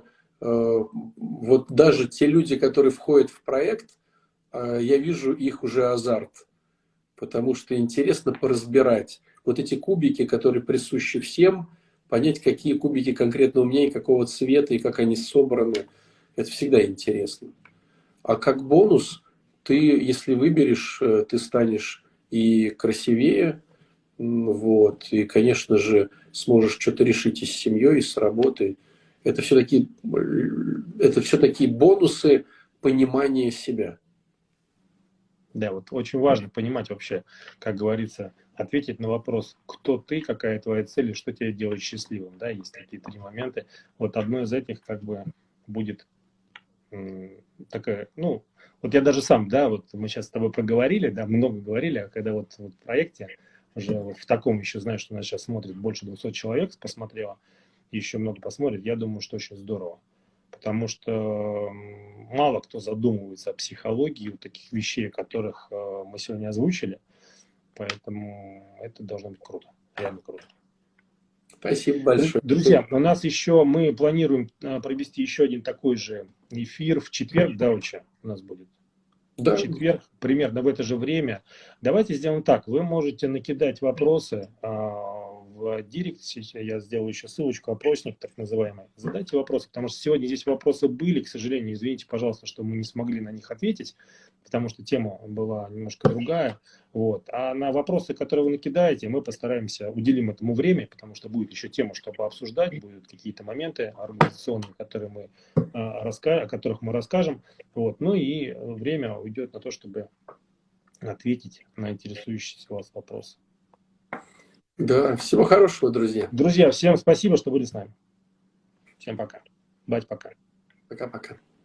Вот даже те люди, которые входят в проект, я вижу их уже азарт, потому что интересно поразбирать. Вот эти кубики, которые присущи всем, понять, какие кубики конкретно у меня и какого цвета, и как они собраны, это всегда интересно. А как бонус, ты, если выберешь, ты станешь и красивее, вот, и, конечно же, сможешь что-то решить и с семьей, и с работой. Это все такие бонусы понимания себя. Да, вот очень важно понимать вообще, как говорится, ответить на вопрос, кто ты, какая твоя цель и что тебя делает счастливым. Да, есть такие три момента. Вот одно из этих как бы будет такая, ну, вот я даже сам, да, вот мы сейчас с тобой проговорили, да, много говорили, а когда вот в проекте, уже вот в таком еще, знаю, что нас сейчас смотрит больше 200 человек, посмотрело, еще много посмотрит, я думаю, что очень здорово. Потому что мало кто задумывается о психологии, о таких вещей, которых мы сегодня озвучили. Поэтому это должно быть круто. Реально круто. Спасибо большое. Друзья, у нас еще, мы планируем провести еще один такой же эфир в четверг, да, Уча, у нас будет? Да. В четверг, примерно в это же время. Давайте сделаем так. Вы можете накидать вопросы в директ. Я сделаю еще ссылочку, опросник так называемый. Задайте вопросы, потому что сегодня здесь вопросы были, к сожалению. Извините, пожалуйста, что мы не смогли на них ответить, потому что тема была немножко другая. Вот. А на вопросы, которые вы накидаете, мы постараемся уделим этому время, потому что будет еще тема, чтобы обсуждать, будут какие-то моменты организационные, которые мы, о которых мы расскажем. Вот. Ну и время уйдет на то, чтобы ответить на интересующиеся вас вопросы. Да, всего хорошего, друзья. Друзья, всем спасибо, что были с нами. Всем пока. Бать, пока. Пока-пока.